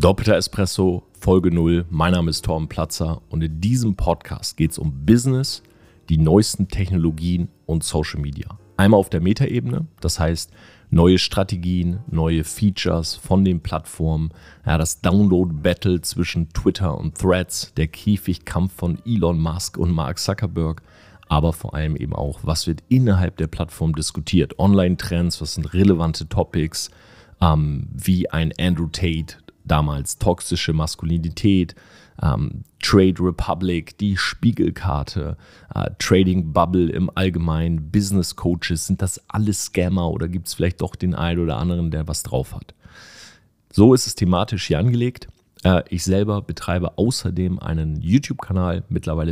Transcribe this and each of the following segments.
Doppelter Espresso, Folge 0. Mein Name ist Torben Platzer und in diesem Podcast geht es um Business, die neuesten Technologien und Social Media. Einmal auf der Metaebene, das heißt neue Strategien, neue Features von den Plattformen, das Download-Battle zwischen Twitter und Threads, der Käfigkampf von Elon Musk und Mark Zuckerberg, aber vor allem eben auch, was wird innerhalb der Plattform diskutiert, Online-Trends, was sind relevante Topics, wie ein Andrew Tate, damals toxische Maskulinität, Trade Republic, die Spiegelkarte, Trading Bubble im Allgemeinen, Business Coaches, sind das alles Scammer oder gibt es vielleicht doch den einen oder anderen, der was drauf hat? So ist es thematisch hier angelegt. Ich selber betreibe außerdem einen YouTube-Kanal, mittlerweile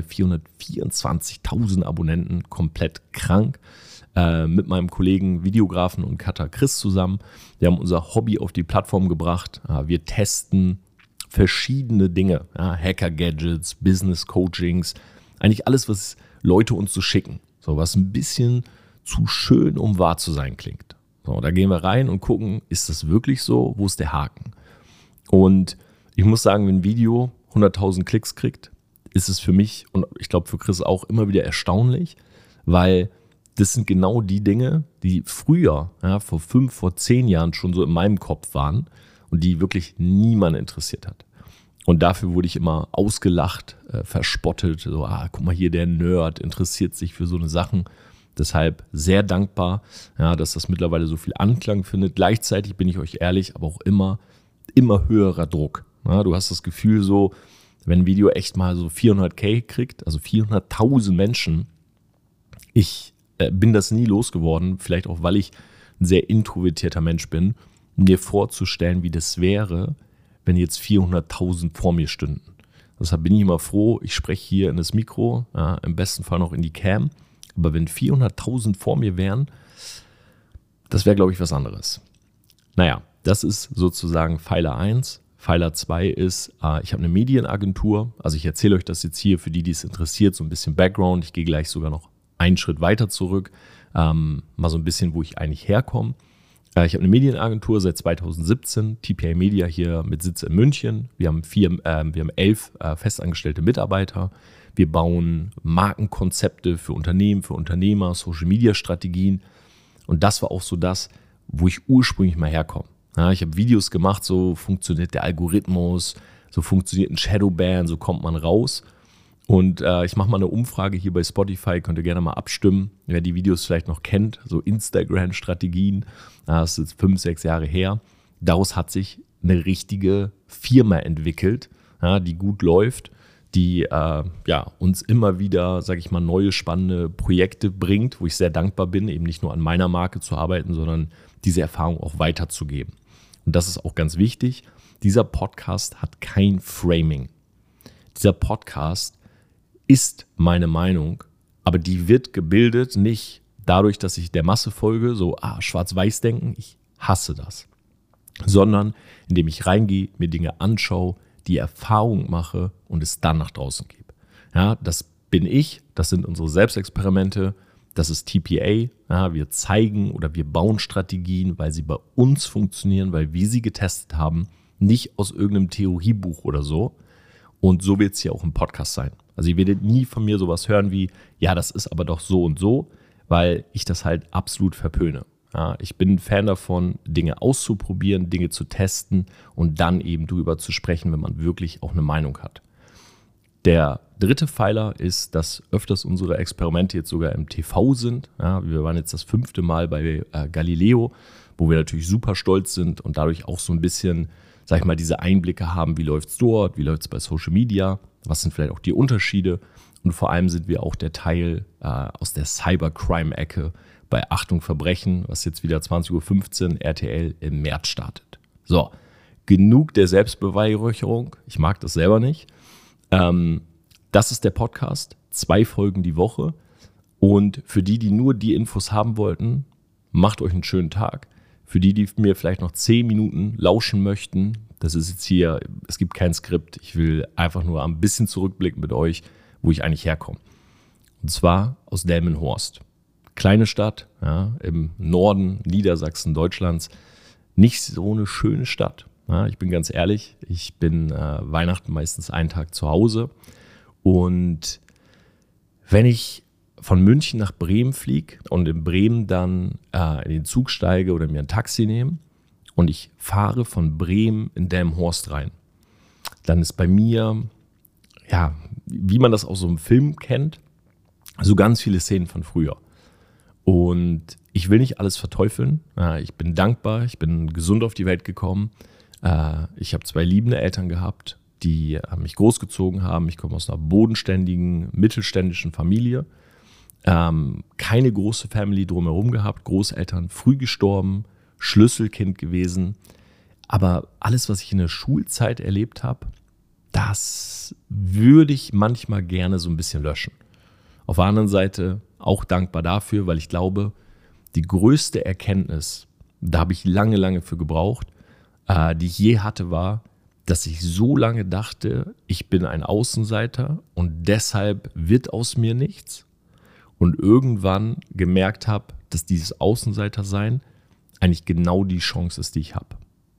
424.000 Abonnenten, komplett krank. Mit meinem Kollegen Videografen und Cutter Chris zusammen. Wir haben unser Hobby auf die Plattform gebracht. Wir testen verschiedene Dinge, Hacker-Gadgets, Business-Coachings, eigentlich alles, was Leute uns so schicken, so was ein bisschen zu schön, um wahr zu sein klingt. So, da gehen wir rein und gucken, ist das wirklich so? Wo ist der Haken? Und ich muss sagen, wenn ein Video 100.000 Klicks kriegt, ist es für mich und ich glaube für Chris auch immer wieder erstaunlich, weil das sind genau die Dinge, die früher, vor 5, vor 10 Jahren schon so in meinem Kopf waren und die wirklich niemand interessiert hat. Und dafür wurde ich immer ausgelacht, verspottet, so, guck mal hier, der Nerd interessiert sich für so eine Sachen. Deshalb sehr dankbar, dass das mittlerweile so viel Anklang findet. Gleichzeitig bin ich euch ehrlich, aber auch immer höherer Druck. Du hast das Gefühl so, wenn ein Video echt mal so 400.000 kriegt, also 400.000 Menschen, ich bin das nie losgeworden, vielleicht auch, weil ich ein sehr introvertierter Mensch bin, mir vorzustellen, wie das wäre, wenn jetzt 400.000 vor mir stünden. Deshalb bin ich immer froh, ich spreche hier in das Mikro, im besten Fall noch in die Cam, aber wenn 400.000 vor mir wären, das wäre, glaube ich, was anderes. Naja, das ist sozusagen Pfeiler 1. Pfeiler 2 ist, ich habe eine Medienagentur, also ich erzähle euch das jetzt hier für die es interessiert, so ein bisschen Background, ich gehe gleich sogar noch einen Schritt weiter zurück, mal so ein bisschen, wo ich eigentlich herkomme. Ich habe eine Medienagentur seit 2017, TPA Media hier mit Sitz in München. Wir haben 11 festangestellte Mitarbeiter. Wir bauen Markenkonzepte für Unternehmen, für Unternehmer, Social-Media-Strategien. Und das war auch so das, wo ich ursprünglich mal herkomme. Ich habe Videos gemacht, so funktioniert der Algorithmus, so funktioniert ein Shadowban, so kommt man raus. Und ich mache mal eine Umfrage hier bei Spotify, könnt ihr gerne mal abstimmen, wer die Videos vielleicht noch kennt, so Instagram-Strategien, das ist jetzt 5, 6 Jahre her. Daraus hat sich eine richtige Firma entwickelt, die gut läuft, die uns immer wieder, sage ich mal, neue spannende Projekte bringt, wo ich sehr dankbar bin, eben nicht nur an meiner Marke zu arbeiten, sondern diese Erfahrung auch weiterzugeben. Und das ist auch ganz wichtig, dieser Podcast hat kein Framing. Dieser Podcast ist meine Meinung, aber die wird gebildet nicht dadurch, dass ich der Masse folge, so schwarz-weiß denken, ich hasse das, sondern indem ich reingehe, mir Dinge anschaue, die Erfahrung mache und es dann nach draußen gebe. Ja, das bin ich, das sind unsere Selbstexperimente, das ist TPA, wir zeigen oder wir bauen Strategien, weil sie bei uns funktionieren, weil wir sie getestet haben, nicht aus irgendeinem Theoriebuch oder so. Und so wird es hier auch im Podcast sein. Also ihr werdet nie von mir sowas hören wie, ja, das ist aber doch so und so, weil ich das halt absolut verpöne. Ja, ich bin ein Fan davon, Dinge auszuprobieren, Dinge zu testen und dann eben drüber zu sprechen, wenn man wirklich auch eine Meinung hat. Der dritte Pfeiler ist, dass öfters unsere Experimente jetzt sogar im TV sind. Ja, wir waren jetzt das 5. Mal bei Galileo, wo wir natürlich super stolz sind und dadurch auch so ein bisschen, sag ich mal, diese Einblicke haben, wie läuft es dort, wie läuft es bei Social Media, was sind vielleicht auch die Unterschiede und vor allem sind wir auch der Teil aus der Cybercrime-Ecke bei Achtung Verbrechen, was jetzt wieder 20.15 Uhr RTL im März startet. So, genug der Selbstbeweihräucherung, ich mag das selber nicht. Das ist der Podcast, 2 Folgen die Woche und für die nur die Infos haben wollten, macht euch einen schönen Tag. Für die mir vielleicht noch 10 Minuten lauschen möchten, das ist jetzt hier, es gibt kein Skript. Ich will einfach nur ein bisschen zurückblicken mit euch, wo ich eigentlich herkomme. Und zwar aus Delmenhorst. Kleine Stadt, im Norden Niedersachsen, Deutschlands. Nicht so eine schöne Stadt. Ja, ich bin ganz ehrlich, ich bin Weihnachten meistens einen Tag zu Hause. Und wenn ich von München nach Bremen fliege und in Bremen dann in den Zug steige oder mir ein Taxi nehme und ich fahre von Bremen in Delmenhorst rein, dann ist bei mir, ja, wie man das aus so einem Film kennt, so ganz viele Szenen von früher. Und ich will nicht alles verteufeln. Ich bin dankbar, ich bin gesund auf die Welt gekommen. Ich habe 2 liebende Eltern gehabt, die mich großgezogen haben. Ich komme aus einer bodenständigen, mittelständischen Familie. Keine große Family drumherum gehabt, Großeltern früh gestorben, Schlüsselkind gewesen. Aber alles, was ich in der Schulzeit erlebt habe, das würde ich manchmal gerne so ein bisschen löschen. Auf der anderen Seite auch dankbar dafür, weil ich glaube, die größte Erkenntnis, da habe ich lange, lange für gebraucht, die ich je hatte, war, dass ich so lange dachte, ich bin ein Außenseiter und deshalb wird aus mir nichts. Und irgendwann gemerkt habe, dass dieses Außenseitersein eigentlich genau die Chance ist, die ich habe.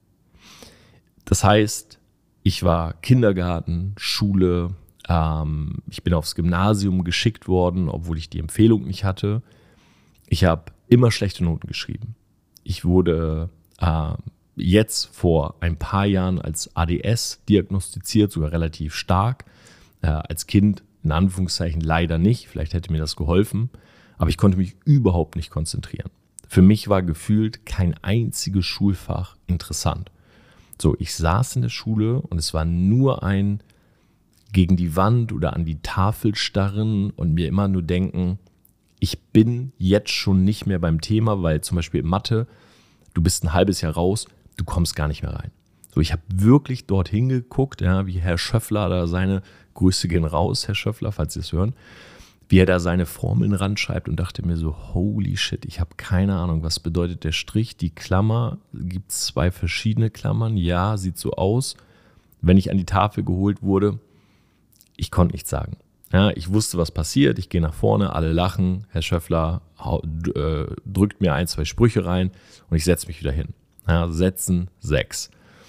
Das heißt, ich war Kindergarten, Schule, ich bin aufs Gymnasium geschickt worden, obwohl ich die Empfehlung nicht hatte. Ich habe immer schlechte Noten geschrieben. Ich wurde jetzt vor ein paar Jahren als ADS diagnostiziert, sogar relativ stark. Als Kind in Anführungszeichen leider nicht, vielleicht hätte mir das geholfen, aber ich konnte mich überhaupt nicht konzentrieren. Für mich war gefühlt kein einziges Schulfach interessant. So, ich saß in der Schule und es war nur ein gegen die Wand oder an die Tafel starren und mir immer nur denken, ich bin jetzt schon nicht mehr beim Thema, weil zum Beispiel in Mathe, du bist ein halbes Jahr raus, du kommst gar nicht mehr rein. So, ich habe wirklich dorthin geguckt, ja, wie Herr Schöffler da seine, Grüße gehen raus, Herr Schöffler, falls Sie es hören, wie er da seine Formeln ranschreibt und dachte mir so, holy shit, ich habe keine Ahnung, was bedeutet der Strich, die Klammer, gibt es 2 verschiedene Klammern, ja, sieht so aus. Wenn ich an die Tafel geholt wurde, ich konnte nichts sagen. Ja, ich wusste, was passiert, ich gehe nach vorne, alle lachen, Herr Schöffler drückt mir 1, 2 Sprüche rein und ich setze mich wieder hin. Ja, setzen 6.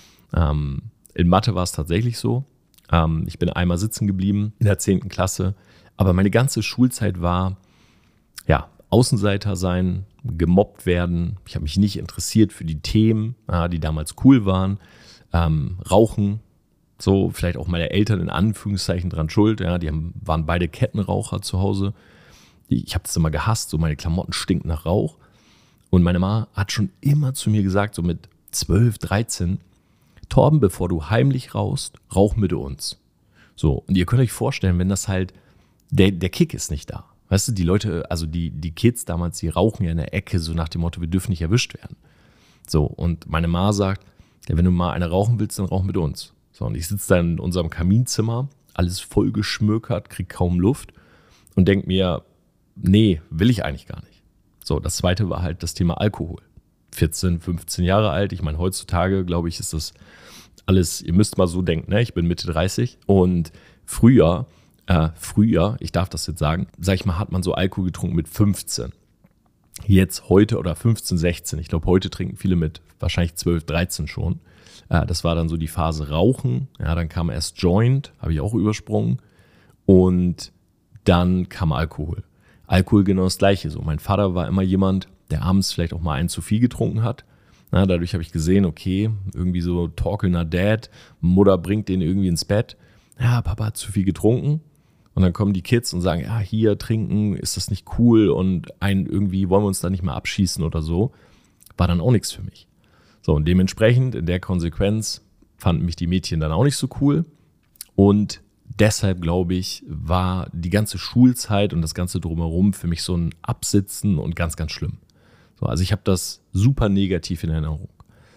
In Mathe war es tatsächlich so. Ich bin einmal sitzen geblieben in der 10. Klasse, aber meine ganze Schulzeit war, ja, Außenseiter sein, gemobbt werden. Ich habe mich nicht interessiert für die Themen, die damals cool waren. Rauchen, so vielleicht auch meine Eltern in Anführungszeichen dran schuld. Ja, die waren beide Kettenraucher zu Hause. Ich habe das immer gehasst, so meine Klamotten stinken nach Rauch. Und meine Mama hat schon immer zu mir gesagt, so mit 12, 13, Torben, bevor du heimlich rauchst, rauch mit uns. So, und ihr könnt euch vorstellen, wenn das halt, der Kick ist nicht da. Weißt du, die Leute, also die Kids damals, die rauchen ja in der Ecke, so nach dem Motto, wir dürfen nicht erwischt werden. So, und meine Ma sagt, ja, wenn du mal eine rauchen willst, dann rauch mit uns. So, und ich sitze dann in unserem Kaminzimmer, alles voll geschmökert, krieg kaum Luft und denke mir, nee, will ich eigentlich gar nicht. So, das zweite war halt das Thema Alkohol. 14, 15 Jahre alt. Ich meine, heutzutage, glaube ich, ist das alles, ihr müsst mal so denken, ne? Ich bin Mitte 30 und früher, ich darf das jetzt sagen, sag ich mal, hat man so Alkohol getrunken mit 15. Jetzt heute oder 15, 16. Ich glaube, heute trinken viele mit wahrscheinlich 12, 13 schon. Das war dann so die Phase Rauchen. Ja, dann kam erst Joint, habe ich auch übersprungen. Und dann kam Alkohol. Alkohol genau das Gleiche. So, mein Vater war immer jemand, der abends vielleicht auch mal einen zu viel getrunken hat. Na, dadurch habe ich gesehen, okay, irgendwie so torkelnder Dad, Mutter bringt den irgendwie ins Bett. Ja, Papa hat zu viel getrunken. Und dann kommen die Kids und sagen, ja, hier trinken, ist das nicht cool und irgendwie wollen wir uns da nicht mehr abschießen oder so. War dann auch nichts für mich. So, und dementsprechend, in der Konsequenz, fanden mich die Mädchen dann auch nicht so cool. Und deshalb, glaube ich, war die ganze Schulzeit und das ganze Drumherum für mich so ein Absitzen und ganz, ganz schlimm. So, also ich habe das super negativ in Erinnerung.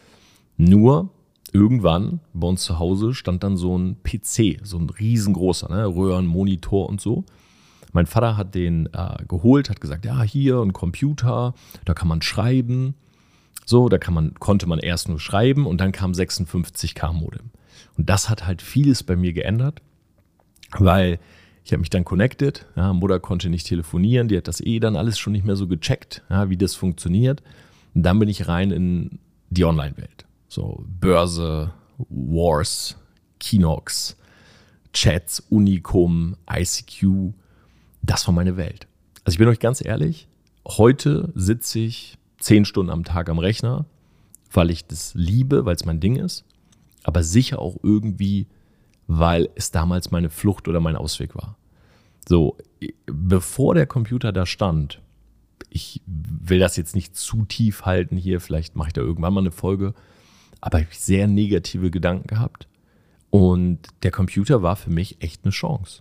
Nur irgendwann bei uns zu Hause stand dann so ein PC, so ein riesengroßer, ne, Röhren, Monitor und so. Mein Vater hat den geholt, hat gesagt, ja, hier ein Computer, da kann man schreiben. So, da konnte man erst nur schreiben und dann kam 56K Modem. Und das hat halt vieles bei mir geändert, weil ich habe mich dann connected, ja, Mutter konnte nicht telefonieren, die hat das dann alles schon nicht mehr so gecheckt, ja, wie das funktioniert. Und dann bin ich rein in die Online-Welt. So Börse, Wars, Kinox, Chats, Unicum, ICQ. Das war meine Welt. Also ich bin euch ganz ehrlich, heute sitze ich 10 Stunden am Tag am Rechner, weil ich das liebe, weil es mein Ding ist, aber sicher auch irgendwie, weil es damals meine Flucht oder mein Ausweg war. So, bevor der Computer da stand, ich will das jetzt nicht zu tief halten hier, vielleicht mache ich da irgendwann mal eine Folge, aber ich habe sehr negative Gedanken gehabt und der Computer war für mich echt eine Chance.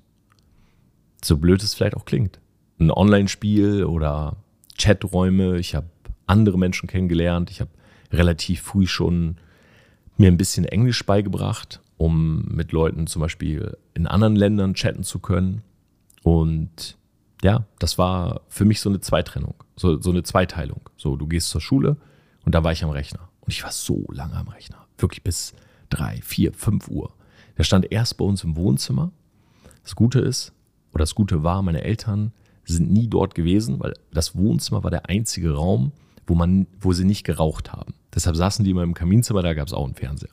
So blöd es vielleicht auch klingt. Ein Online-Spiel oder Chaträume, ich habe andere Menschen kennengelernt, ich habe relativ früh schon mir ein bisschen Englisch beigebracht, um mit Leuten zum Beispiel in anderen Ländern chatten zu können. Und ja, das war für mich so eine Zweitrennung, so eine Zweiteilung. So, du gehst zur Schule und da war ich am Rechner. Und ich war so lange am Rechner, wirklich bis 3, 4, 5 Uhr. Der stand erst bei uns im Wohnzimmer. Das Gute war, meine Eltern sind nie dort gewesen, weil das Wohnzimmer war der einzige Raum, wo sie nicht geraucht haben. Deshalb saßen die immer im Kaminzimmer, da gab es auch einen Fernseher.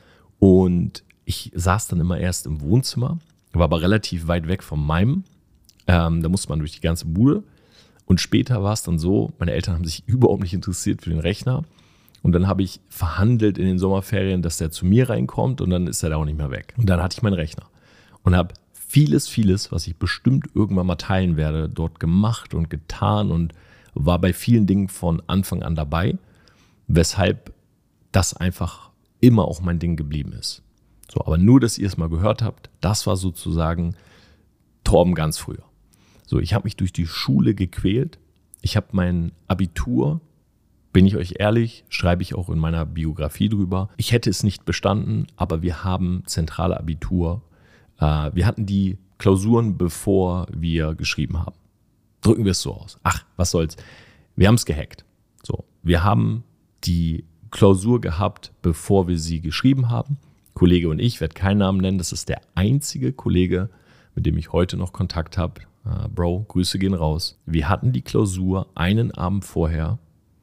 Und ich saß dann immer erst im Wohnzimmer, war aber relativ weit weg von meinem. Da musste man durch die ganze Bude. Und später war es dann so, meine Eltern haben sich überhaupt nicht interessiert für den Rechner. Und dann habe ich verhandelt in den Sommerferien, dass der zu mir reinkommt und dann ist er da auch nicht mehr weg. Und dann hatte ich meinen Rechner und habe vieles, was ich bestimmt irgendwann mal teilen werde, dort gemacht und getan und war bei vielen Dingen von Anfang an dabei, weshalb das einfach immer auch mein Ding geblieben ist. So, aber nur, dass ihr es mal gehört habt, das war sozusagen Torben ganz früher. So, ich habe mich durch die Schule gequält. Ich habe mein Abitur, bin ich euch ehrlich, schreibe ich auch in meiner Biografie drüber. Ich hätte es nicht bestanden, aber wir haben zentrale Abitur. Wir hatten die Klausuren, bevor wir geschrieben haben. Drücken wir es so aus. Ach, was soll's. Wir haben es gehackt. So, wir haben die Klausur gehabt, bevor wir sie geschrieben haben. Kollege und ich werde keinen Namen nennen. Das ist der einzige Kollege, mit dem ich heute noch Kontakt habe. Bro, Grüße gehen raus. Wir hatten die Klausur einen Abend vorher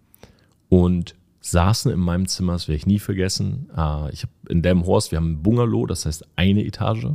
und saßen in meinem Zimmer, das werde ich nie vergessen. Ich habe in Delmenhorst, wir haben ein Bungalow, das heißt eine Etage.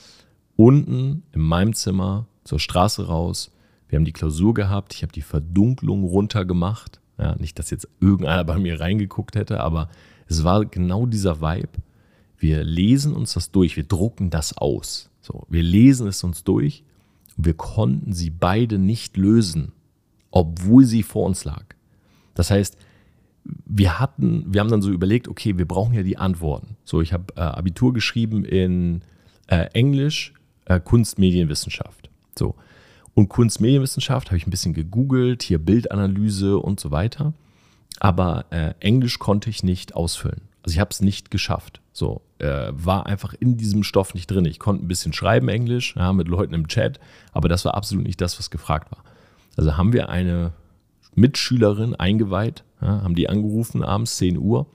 Unten in meinem Zimmer zur Straße raus. Wir haben die Klausur gehabt, ich habe die Verdunklung runtergemacht. Ja, nicht, dass jetzt irgendeiner bei mir reingeguckt hätte, aber es war genau dieser Vibe. Wir lesen uns das durch, wir drucken das aus. So, wir lesen es uns durch und wir konnten sie beide nicht lösen, obwohl sie vor uns lag. Das heißt, wir haben dann so überlegt, okay, wir brauchen ja die Antworten. So, ich habe Abitur geschrieben in Englisch, Kunstmedienwissenschaft. So. Und Kunstmedienwissenschaft habe ich ein bisschen gegoogelt, hier Bildanalyse und so weiter. Aber Englisch konnte ich nicht ausfüllen. Also ich habe es nicht geschafft. So, war einfach in diesem Stoff nicht drin. Ich konnte ein bisschen schreiben Englisch, ja, mit Leuten im Chat, aber das war absolut nicht das, was gefragt war. Also haben wir eine Mitschülerin eingeweiht, ja, haben die angerufen abends 10 Uhr.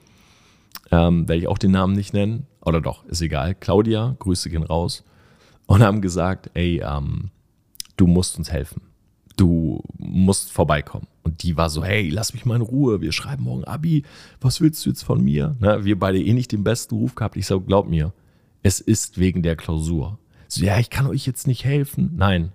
Werde ich auch den Namen nicht nennen. Oder doch, ist egal. Claudia, Grüße gehen raus. Und haben gesagt, ey, du musst uns helfen. Du musst vorbeikommen. Und die war so, hey, lass mich mal in Ruhe. Wir schreiben morgen Abi. Was willst du jetzt von mir? Na, wir beide nicht den besten Ruf gehabt. Ich sage, glaub mir, es ist wegen der Klausur. So, ja, ich kann euch jetzt nicht helfen. Nein,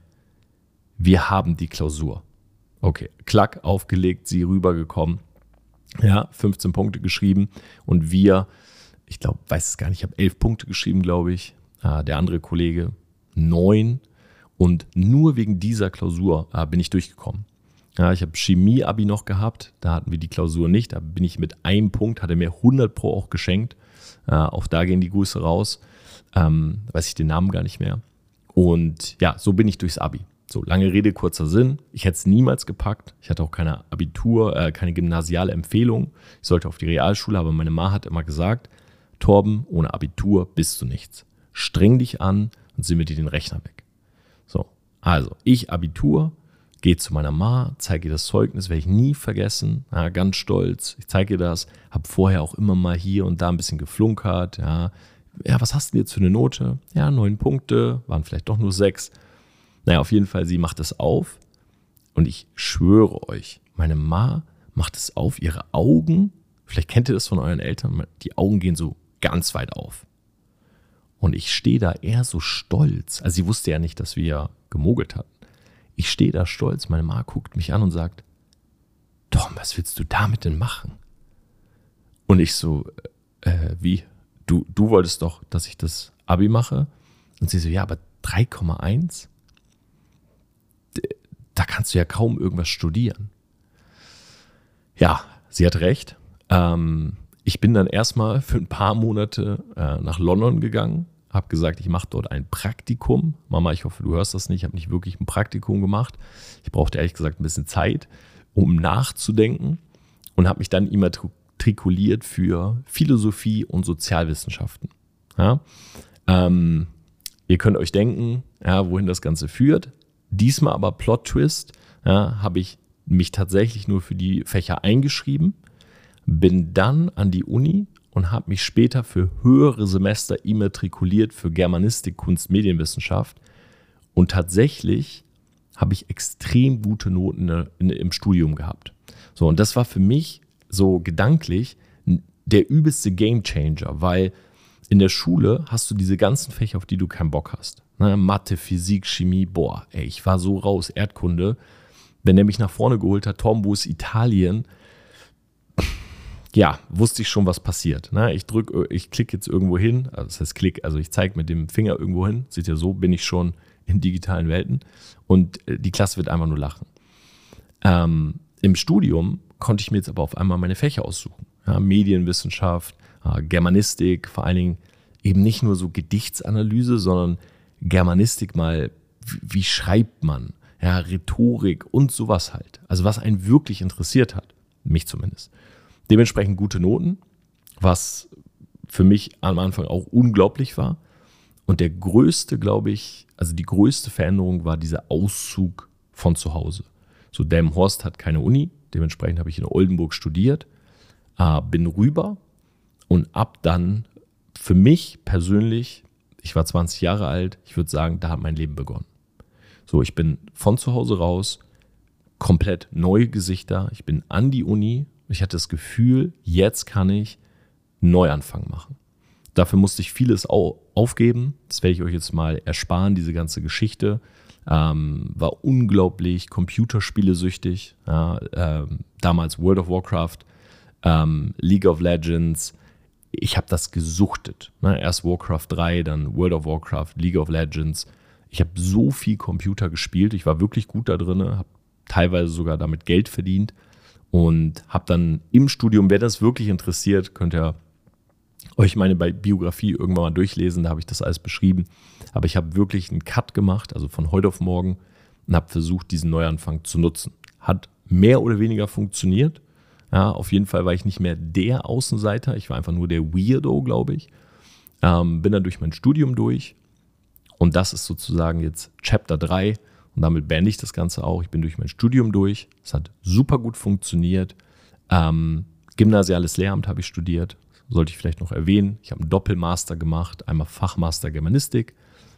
wir haben die Klausur. Okay, klack, aufgelegt, sie rübergekommen. Ja, 15 Punkte geschrieben. Und wir, ich glaube, weiß es gar nicht, ich habe 11 Punkte geschrieben, glaube ich. Der andere Kollege 9. Und nur wegen dieser Klausur bin ich durchgekommen. Ja, ich habe Chemie-Abi noch gehabt, da hatten wir die Klausur nicht. Da bin ich mit einem Punkt, hat er mir 100 Pro auch geschenkt. Auch da gehen die Grüße raus. Weiß ich den Namen gar nicht mehr. Und ja, so bin ich durchs Abi. So, lange Rede, kurzer Sinn. Ich hätte es niemals gepackt. Ich hatte auch keine keine gymnasiale Empfehlung. Ich sollte auf die Realschule, aber meine Ma hat immer gesagt, Torben, ohne Abitur bist du nichts. Streng dich an und sieh mir dir den Rechner weg. So, also ich Abitur, gehe zu meiner Ma, zeige ihr das Zeugnis, werde ich nie vergessen, ja, ganz stolz, ich zeige ihr das, habe vorher auch immer mal hier und da ein bisschen geflunkert, ja, was hast du jetzt für eine Note? Ja, 9 Punkte, waren vielleicht doch nur 6. Naja, auf jeden Fall, sie macht es auf und ich schwöre euch, meine Ma macht es auf, ihre Augen Vielleicht kennt ihr das von euren Eltern, die Augen gehen so ganz weit auf. Und ich stehe da eher so stolz. Also sie wusste ja nicht, dass wir gemogelt hatten. Ich stehe da stolz, meine Mama guckt mich an und sagt, Tom, was willst du damit denn machen? Und ich so, wie? Du wolltest doch, dass ich das Abi mache? Und sie so, ja, aber 3,1? Da kannst du ja kaum irgendwas studieren. Ja, sie hat recht. Ich bin dann erstmal für ein paar Monate nach London gegangen, habe gesagt, ich mache dort ein Praktikum. Mama, ich hoffe, du hörst das nicht, ich habe nicht wirklich ein Praktikum gemacht. Ich brauchte ehrlich gesagt ein bisschen Zeit, um nachzudenken und habe mich dann immatrikuliert für Philosophie und Sozialwissenschaften. Ja? Ihr könnt euch denken, ja, wohin das Ganze führt. Diesmal aber Plot-Twist, ja, habe ich mich tatsächlich nur für die Fächer eingeschrieben, bin dann an die Uni und habe mich später für höhere Semester immatrikuliert für Germanistik, Kunst, Medienwissenschaft. Und tatsächlich habe ich extrem gute Noten im Studium gehabt. So, und das war für mich so gedanklich der übelste Gamechanger, weil in der Schule hast du diese ganzen Fächer, auf die du keinen Bock hast. Ne? Mathe, Physik, Chemie, boah, ey, ich war so raus, Erdkunde. Wenn der mich nach vorne geholt hat, Tom, wo ist Italien? Ja, wusste ich schon, was passiert. Ne? Ich klicke jetzt irgendwo hin, also das heißt ich zeige mit dem Finger irgendwo hin. Seht ihr, so bin ich schon in digitalen Welten und die Klasse wird einfach nur lachen. Im Studium konnte ich mir jetzt aber auf einmal meine Fächer aussuchen. Ja, Medienwissenschaft, Germanistik, vor allen Dingen eben nicht nur so Gedichtsanalyse, sondern Germanistik mal, wie schreibt man, ja, Rhetorik und sowas halt. Also was einen wirklich interessiert hat, mich zumindest. Dementsprechend gute Noten, was für mich am Anfang auch unglaublich war. Und der größte, glaube ich, also die größte Veränderung war dieser Auszug von zu Hause. So, Delmenhorst hat keine Uni, dementsprechend habe ich in Oldenburg studiert, bin rüber und ab dann für mich persönlich, ich war 20 Jahre alt, ich würde sagen, da hat mein Leben begonnen. So, ich bin von zu Hause raus, komplett neue Gesichter, ich bin an die Uni, ich hatte das Gefühl, jetzt kann ich einen Neuanfang machen. Dafür musste ich vieles aufgeben, das werde ich euch jetzt mal ersparen, diese ganze Geschichte. War unglaublich computerspielesüchtig, damals World of Warcraft, League of Legends, ich habe das gesuchtet. Ne? Erst Warcraft 3, dann World of Warcraft, League of Legends. Ich habe so viel Computer gespielt, ich war wirklich gut da drin, habe teilweise sogar damit Geld verdient und habe dann im Studium, wer das wirklich interessiert, könnt ihr euch meine Biografie irgendwann mal durchlesen, da habe ich das alles beschrieben. Aber ich habe wirklich einen Cut gemacht, also von heute auf morgen, und habe versucht, diesen Neuanfang zu nutzen. Hat mehr oder weniger funktioniert. Ja, auf jeden Fall war ich nicht mehr der Außenseiter, ich war einfach nur der Weirdo, glaube ich. Bin dann durch mein Studium durch und das ist sozusagen jetzt Chapter 3 und damit beende ich das Ganze auch. Ich bin durch mein Studium durch, es hat super gut funktioniert. Gymnasiales Lehramt habe ich studiert, sollte ich vielleicht noch erwähnen. Ich habe einen Doppelmaster gemacht, einmal Fachmaster Germanistik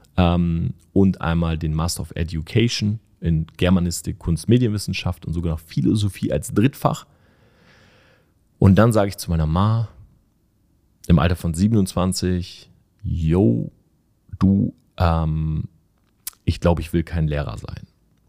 und einmal den Master of Education in Germanistik, Kunst, Medienwissenschaft und sogar noch Philosophie als Drittfach. Und dann sage ich zu meiner Ma im Alter von 27, yo, du, ich glaube, ich will kein Lehrer sein.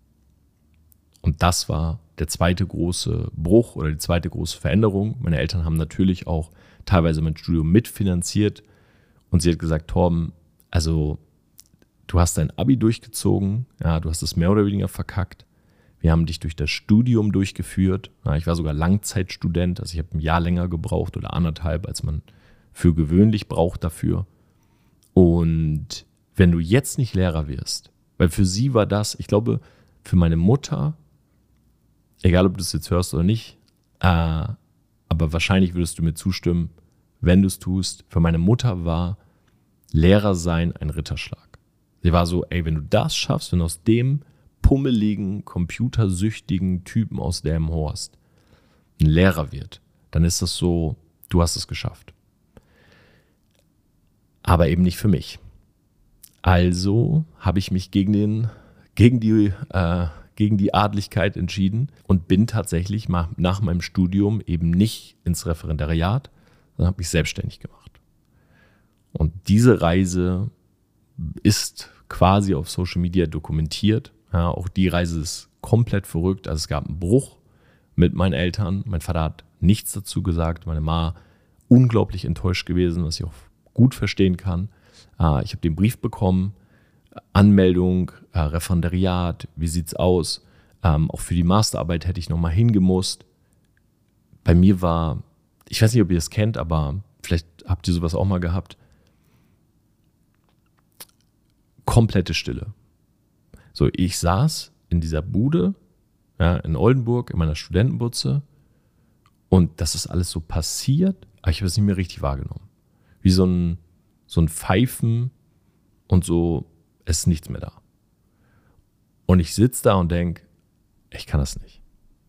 Und das war der zweite große Bruch oder die zweite große Veränderung. Meine Eltern haben natürlich auch teilweise mein Studium mitfinanziert und sie hat gesagt, Torben, also du hast dein Abi durchgezogen, ja, du hast es mehr oder weniger verkackt. Wir haben dich durch das Studium durchgeführt. Ja, ich war sogar Langzeitstudent, also ich habe ein Jahr länger gebraucht oder 1,5, als man für gewöhnlich braucht dafür. Und wenn du jetzt nicht Lehrer wirst, weil für sie war das, ich glaube, für meine Mutter, egal ob du es jetzt hörst oder nicht, aber wahrscheinlich würdest du mir zustimmen, wenn du es tust, für meine Mutter war Lehrer sein ein Ritterschlag. Sie war so, ey, wenn du das schaffst, wenn du aus dem pummeligen, computersüchtigen Typen aus Delmenhorst ein Lehrer wird, dann ist das so, du hast es geschafft. Aber eben nicht für mich. Also habe ich mich gegen gegen die Adligkeit entschieden und bin tatsächlich nach meinem Studium eben nicht ins Referendariat, sondern habe mich selbstständig gemacht. Und diese Reise ist quasi auf Social Media dokumentiert. Ja, auch die Reise ist komplett verrückt. Also es gab einen Bruch mit meinen Eltern. Mein Vater hat nichts dazu gesagt. Meine Mama unglaublich enttäuscht gewesen, was ich auch gut verstehen kann. Ich habe den Brief bekommen, Anmeldung, Referendariat, wie sieht's aus? Auch für die Masterarbeit hätte ich nochmal hingemusst. Bei mir war, ich weiß nicht, ob ihr es kennt, aber vielleicht habt ihr sowas auch mal gehabt, komplette Stille. So, ich saß in dieser Bude, ja, in Oldenburg, in meiner Studentenbutze und das ist alles so passiert, aber ich habe es nicht mehr richtig wahrgenommen. Wie so ein Pfeifen und so, es ist nichts mehr da. Und ich sitze da und denke, ich kann das nicht.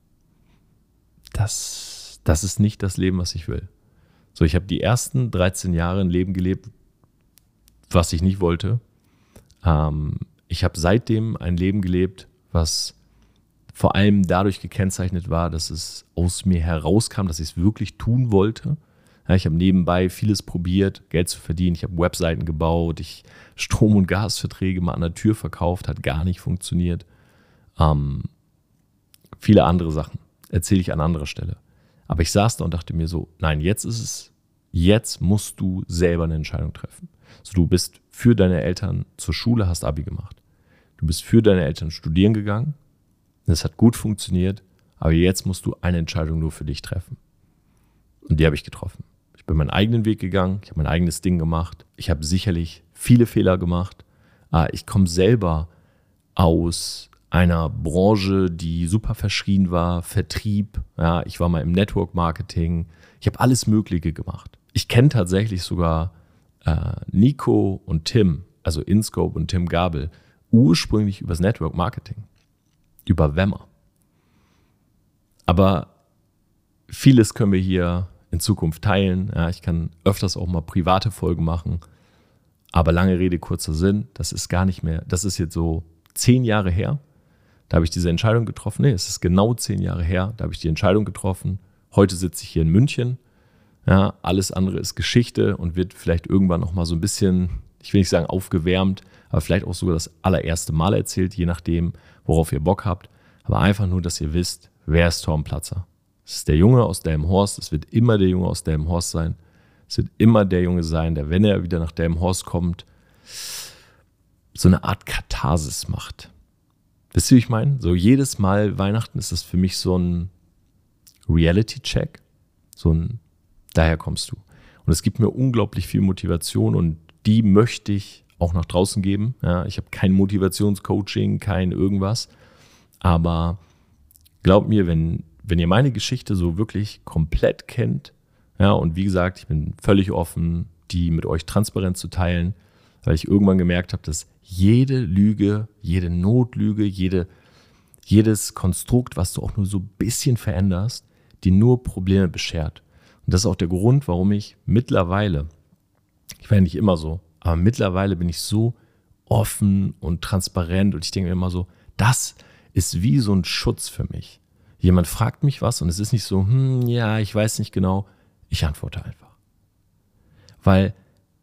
Das ist nicht das Leben, was ich will. So, ich habe die ersten 13 Jahre ein Leben gelebt, was ich nicht wollte. Ich habe seitdem ein Leben gelebt, was vor allem dadurch gekennzeichnet war, dass es aus mir herauskam, dass ich es wirklich tun wollte. Ja, ich habe nebenbei vieles probiert, Geld zu verdienen. Ich habe Webseiten gebaut, Strom- und Gasverträge mal an der Tür verkauft, hat gar nicht funktioniert. Viele andere Sachen erzähle ich an anderer Stelle. Aber ich saß da und dachte mir so, nein, jetzt musst du selber eine Entscheidung treffen. So, du bist für deine Eltern zur Schule, hast Abi gemacht. Du bist für deine Eltern studieren gegangen. Das hat gut funktioniert, aber jetzt musst du eine Entscheidung nur für dich treffen. Und die habe ich getroffen. Ich bin meinen eigenen Weg gegangen, ich habe mein eigenes Ding gemacht. Ich habe sicherlich viele Fehler gemacht. Ich komme selber aus einer Branche, die super verschrien war, Vertrieb. Ja, ich war mal im Network Marketing. Ich habe alles Mögliche gemacht. Ich kenne tatsächlich sogar Nico und Tim, also InScope und Tim Gabel, ursprünglich übers Network Marketing, über Wemmer. Aber vieles können wir hier in Zukunft teilen. Ja, ich kann öfters auch mal private Folgen machen. Aber lange Rede, kurzer Sinn, das ist gar nicht mehr, das ist jetzt so 10 Jahre her. Da habe ich diese Entscheidung getroffen. Nee, es ist genau 10 Jahre her, da habe ich die Entscheidung getroffen. Heute sitze ich hier in München. Ja, alles andere ist Geschichte und wird vielleicht irgendwann noch mal so ein bisschen, ich will nicht sagen aufgewärmt, aber vielleicht auch sogar das allererste Mal erzählt, je nachdem, worauf ihr Bock habt. Aber einfach nur, dass ihr wisst, wer ist Torben Platzer. Es ist der Junge aus Delmenhorst, es wird immer der Junge aus Delmenhorst sein. Es wird immer der Junge sein, der, wenn er wieder nach Delmenhorst kommt, so eine Art Katharsis macht. Wisst ihr, wie ich meine? So jedes Mal Weihnachten ist das für mich so ein Reality-Check, so ein daher kommst du. Und es gibt mir unglaublich viel Motivation und die möchte ich auch nach draußen geben. Ja, ich habe kein Motivationscoaching, kein irgendwas. Aber glaubt mir, wenn ihr meine Geschichte so wirklich komplett kennt, ja, und wie gesagt, ich bin völlig offen, die mit euch transparent zu teilen, weil ich irgendwann gemerkt habe, dass jede Lüge, jede Notlüge, jedes Konstrukt, was du auch nur so ein bisschen veränderst, dir nur Probleme beschert. Und das ist auch der Grund, warum ich mittlerweile, ich war ja nicht immer so, aber mittlerweile bin ich so offen und transparent und ich denke mir immer so, das ist wie so ein Schutz für mich. Jemand fragt mich was und es ist nicht so, ja, ich weiß nicht genau, ich antworte einfach. Weil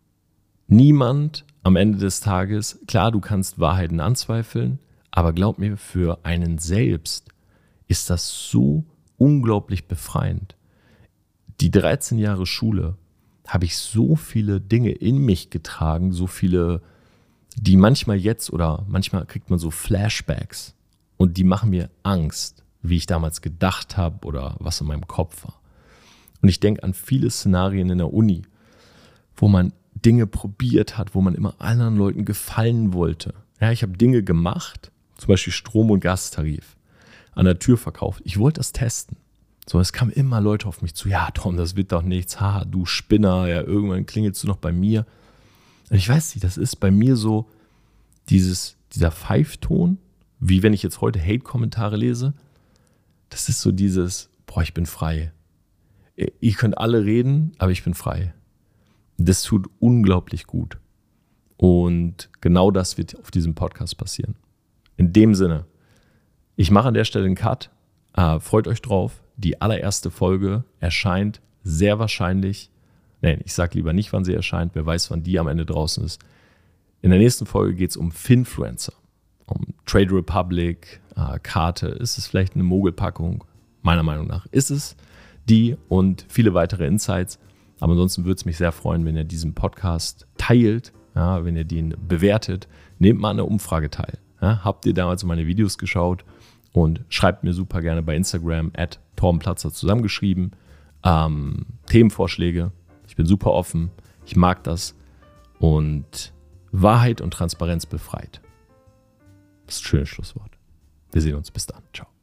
niemand am Ende des Tages, klar, du kannst Wahrheiten anzweifeln, aber glaub mir, für einen selbst ist das so unglaublich befreiend. Die 13 Jahre Schule habe ich so viele Dinge in mich getragen, so viele, die manchmal jetzt oder manchmal kriegt man so Flashbacks und die machen mir Angst, wie ich damals gedacht habe oder was in meinem Kopf war. Und ich denke an viele Szenarien in der Uni, wo man Dinge probiert hat, wo man immer anderen Leuten gefallen wollte. Ja, ich habe Dinge gemacht, zum Beispiel Strom- und Gastarif, an der Tür verkauft. Ich wollte das testen. So, es kamen immer Leute auf mich zu, ja Tom, das wird doch nichts, ha, du Spinner, ja, irgendwann klingelst du noch bei mir. Und ich weiß nicht, das ist bei mir so dieser Pfeifton, wie wenn ich jetzt heute Hate-Kommentare lese, das ist so dieses, ich bin frei. Ihr könnt alle reden, aber ich bin frei. Das tut unglaublich gut. Und genau das wird auf diesem Podcast passieren. In dem Sinne, Ich mache an der Stelle einen Cut. Freut euch drauf. Die allererste Folge erscheint sehr wahrscheinlich, ich sage lieber nicht, wann sie erscheint, wer weiß, wann die am Ende draußen ist. In der nächsten Folge geht es um Finfluencer, um Trade Republic, Karte. Ist es vielleicht eine Mogelpackung? Meiner Meinung nach ist es die und viele weitere Insights. Aber ansonsten würde es mich sehr freuen, wenn ihr diesen Podcast teilt, ja, wenn ihr den bewertet. Nehmt mal an der Umfrage teil. Ja, habt ihr damals meine Videos geschaut? Und schreibt mir super gerne bei Instagram @torbenplatzer zusammengeschrieben. Themenvorschläge. Ich bin super offen. Ich mag das. Und Wahrheit und Transparenz befreit. Das ist ein schönes Schlusswort. Wir sehen uns. Bis dann. Ciao.